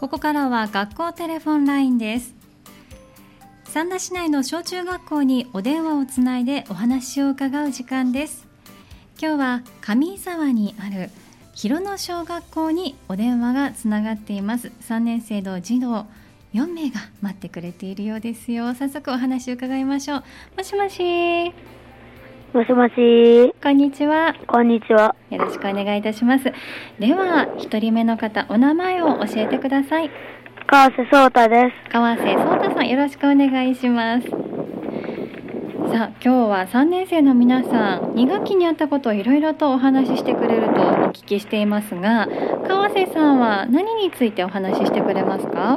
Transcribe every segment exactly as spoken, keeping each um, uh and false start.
ここからは学校テレフォンラインです。三田市内の小中学校にお電話をつないでお話を伺う時間です。今日は上井沢にある広野小学校にお電話がつながっています。さんねん生の児童よん名が待ってくれているようですよ。早速お話を伺いましょう。もしもし。 もしもし。 こんにちは。 こんにちは。 よろしくお願いいたします。では一人目の方、お名前を教えてください。 川瀬壮太です。 川瀬壮太さん、よろしくお願いします。さあ、今日はさんねん生の皆さん、に学期にあったことをいろいろとお話ししてくれるとお聞きしていますが、川瀬さんは何についてお話ししてくれますか？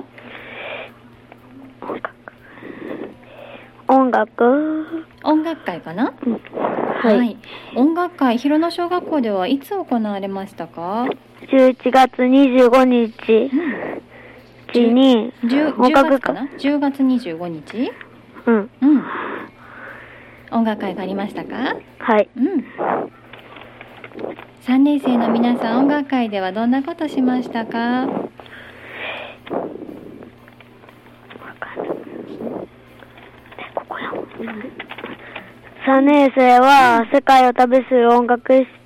音楽音楽会かな、 うん、はい、はい、 音楽会、広野小学校ではいつ行われましたか？ じゅういちがつにじゅうごにちに音楽かなじゅうがつにじゅうごにち、 うん、 うん、音楽会がありましたか？ はい、 うん、さんねん生の皆さん、音楽会ではどんなことしましたか？ さんねん生は世界を旅する音楽室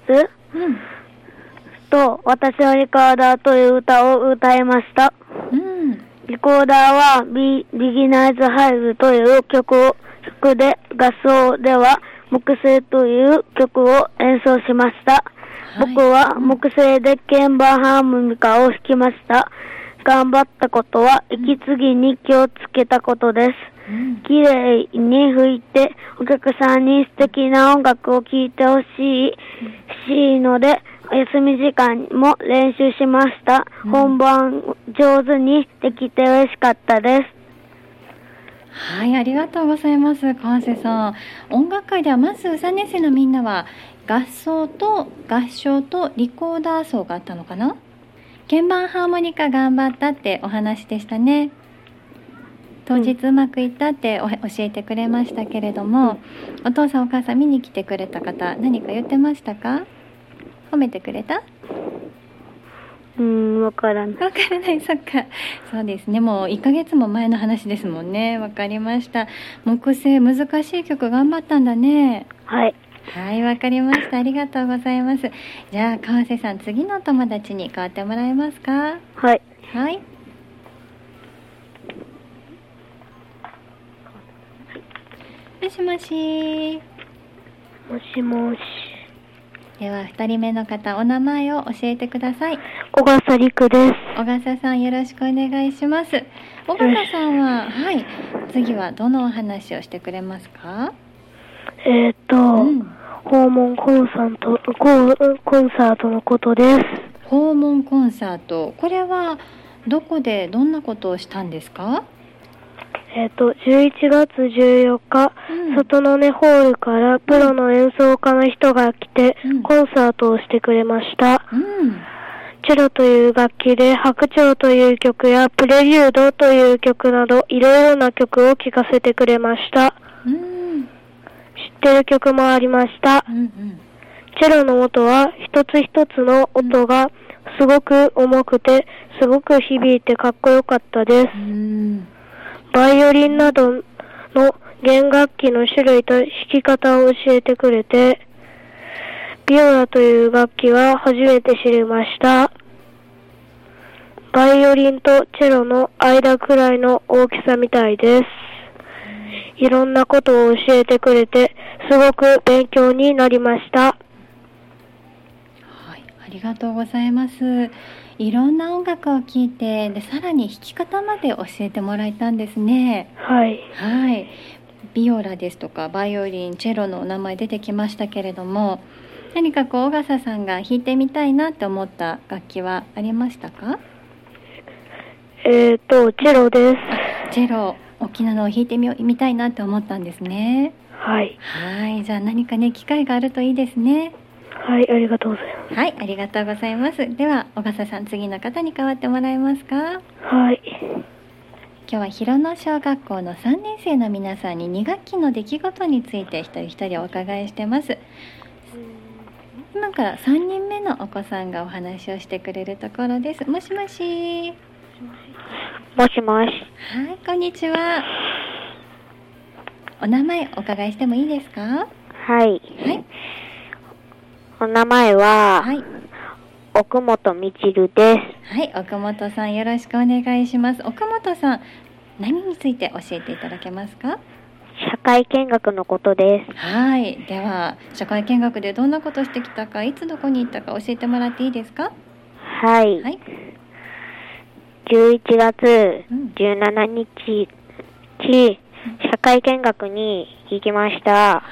と私のリコーダーという歌を歌いました。うん、リコーダーはビギナーズハイズという曲を曲で、合奏では木星という曲を演奏しました。はい、僕は木星で鍵盤ハーモニカを弾きました。頑張ったことは息継ぎに気をつけたことです。きれいに吹いてお客さんに素敵な音楽を聴いてほしいしいので、休み時間も練習しました。うん、本番上手にできて嬉しかったです。 はい、ありがとうございます。川瀬さん、音楽会ではまずさんねん生のみんなは合奏と合唱とリコーダー奏があったのかな。鍵盤ハーモニカ頑張ったってお話でしたね。当日うまくいったって教えてくれましたけれども、うん、お父さんお母さん見に来てくれた方、何か言ってましたか？褒めてくれた？ うーん、わからない。 わからない、そっか。そうですね、もういっかげつも前の話ですもんね。わかりました。木星、難しい曲頑張ったんだね。 はい。 はい、わかりました。ありがとうございます。じゃあ川瀬さん、次のお友達に代わってもらえますか？ はい。 はい。もしもし。 もしもし。 ではふたりめの方、お名前を教えてください。 小笠陸です。 小笠さん、よろしくお願いします。小笠さんは、はい、次はどのお話をしてくれますか？ えっと、うん、訪問コンサート、コンサートのことです。 訪問コンサート、これはどこでどんなことをしたんですか？ えっと、じゅういちがつじゅうよっか、うん、外の根ホールからプロの演奏家の人が来て、うん、コンサートをしてくれました。うん、チェロという楽器で白鳥という曲やプレリュードという曲などいろいろな曲を聴かせてくれました。うん、知ってる曲もありました。うんうん、チェロの音は一つ一つの音がすごく重くてすごく響いてかっこよかったです。うん、バイオリンなどの弦楽器の種類と弾き方を教えてくれて、ビオラという楽器は初めて知りました。バイオリンとチェロの間くらいの大きさみたいです。いろんなことを教えてくれて、すごく勉強になりました。 はい、ありがとうございます。いろんな音楽を聴いて、でさらに弾き方まで教えてもらえたんですね。 はい、 はい、ビオラですとかバイオリン、チェロのお名前出てきましたけれども、何かこう小笠さんが弾いてみたいなって思った楽器はありましたか？ えっとチェロです。 チェロ、大きなのを弾いてみよみたいなって思ったんですね。 はい。 はい、じゃあ何かね機会があるといいですね。 はい、ありがとうございます。 はい、ありがとうございます。では小笠さん、次の方に代わってもらえますか？ はい。 今日は広野小学校のさんねん生の皆さんにに学期の出来事について一人一人お伺いしてます。今からさんにんめのお子さんがお話をしてくれるところです。もしもし。 もしもし。はい、 こんにちは。お名前お伺いしてもいいですか？はい。 はい。お名前は、はい、奥本みちるです。 はい、奥本さんよろしくお願いします。奥本さん、何について教えていただけますか？ 社会見学のことです。 はい。では、社会見学でどんなことしてきたか、いつどこに行ったか教えてもらっていいですか？ はい。はい、じゅういちがつじゅうしちにち、うん、社会見学に行きました。はい。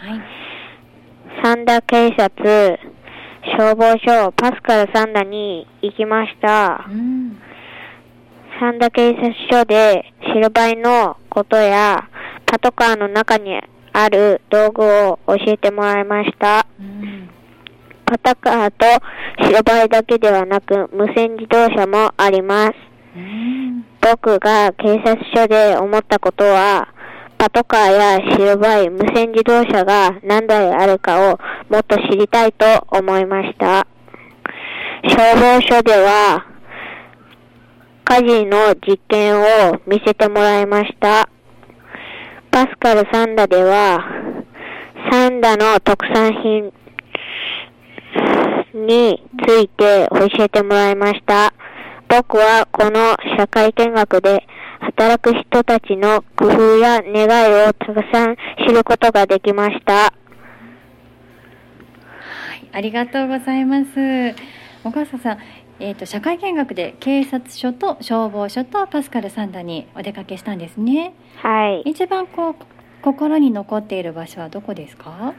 三田警察、消防署、パスカル三田に行きました。うん、三田警察署で白バイのことやパトカーの中にある道具を教えてもらいました。うん、パトカーと白バイだけではなく無線自動車もあります。うん、僕が警察署で思ったことは、パトカーや白バイ、無線自動車が何台あるかをもっと知りたいと思いました。消防署では火事の実験を見せてもらいました。パスカル三田では三田の特産品について教えてもらいました。僕はこの社会見学で働く人たちの工夫や願いをたくさん知ることができました。はい、 ありがとうございます。岡佐さん、えーと、社会見学で警察署と消防署とパスカル三田にお出かけしたんですね。 はい。 一番こう心に残っている場所はどこですか？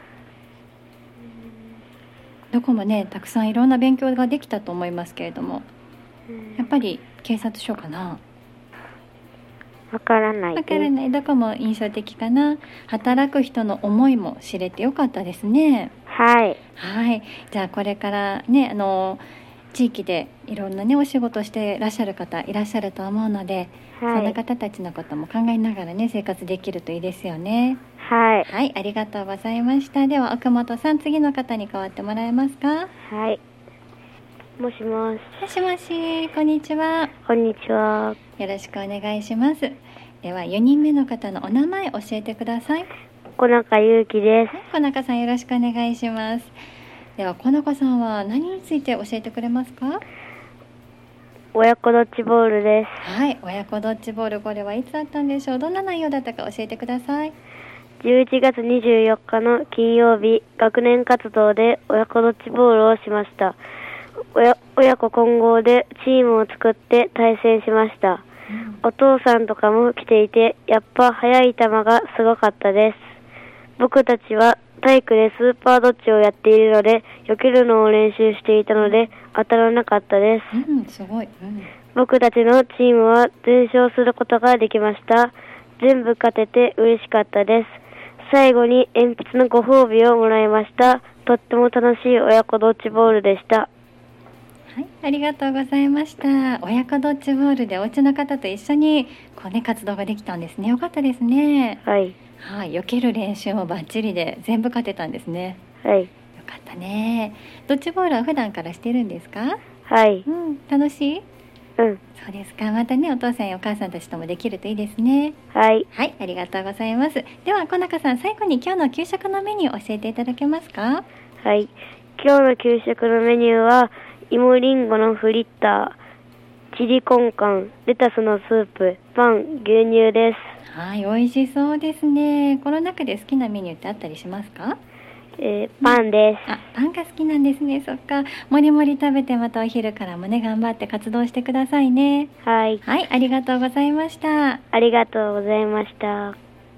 どこもね、たくさんいろんな勉強ができたと思いますけれども、やっぱり警察署かな？ わからない。 わからない。どこも印象的かな。働く人の思いも知れてよかったですね。 はい。 はい。じゃあこれからね、あの地域でいろんなねお仕事していらっしゃる方いらっしゃると思うので、はい、そんな方たちのことも考えながらね生活できるといいですよね。 はい。 はい、ありがとうございました。では奥本さん、次の方に代わってもらえますか？ はい。もしもし。 もしもし、こんにちは。 こんにちは。 よろしくお願いします。ではよにんめの方のお名前教えてください。 小中優希です。 小中さんよろしくお願いします。では小中さんは何について教えてくれますか？ 親子ドッジボールです。 はい、親子ドッジボール、これはいつあったんでしょう？どんな内容だったか教えてください。 じゅういちがつにじゅうよっかの金曜日、学年活動で親子ドッジボールをしました。親, 親子混合でチームを作って対戦しました。うん、お父さんとかも来ていて、やっぱ速い球がすごかったです。僕たちは体育でスーパードッジをやっているので、避けるのを練習していたので当たらなかったです。 うん、すごい。うん、 僕たちのチームは全勝することができました。全部勝てて嬉しかったです。最後に鉛筆のご褒美をもらいました。とっても楽しい親子ドッジボールでした。 はい、ありがとうございました。親子ドッジボールでお家の方と一緒にこう、ね、活動ができたんですね。よかったですね。 はい。 はい、避ける練習もバッチリで全部勝てたんですね。 はい。 よかったね。ドッジボールは普段からしてるんですか？ はい。 うん、楽しい？ うん。 そうですか。またね、お父さんやお母さんたちともできるといいですね。 はい。 はい、ありがとうございます。では小中さん、最後に今日の給食のメニューを教えていただけますか？ はい。今日の給食のメニューは芋りんごのフリッター、チリコンカン、レタスのスープ、パン、牛乳です。 はい、美味しそうですね。この中で好きなメニューってあったりしますか？ えー、パンです、 うん。あ、パンが好きなんですね。そっか。もりもり食べて、またお昼からもね頑張って活動してくださいね。 はい。 はい、ありがとうございました。 ありがとうございました。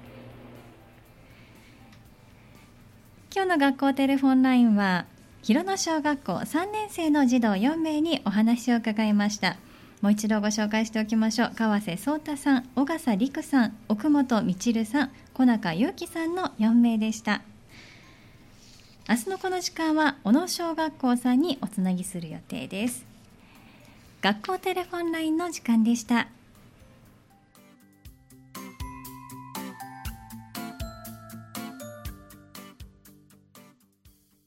今日の学校テレフォンラインは広野小学校さんねん生の児童よんめいにお話を伺いました。もう一度ご紹介しておきましょう。川瀬壮太さん、小笠陸さん、奥本みちるさん、小中優希さんのよんめいでした。明日のこの時間は小野小学校さんにおつなぎする予定です。学校テレフォンラインの時間でした。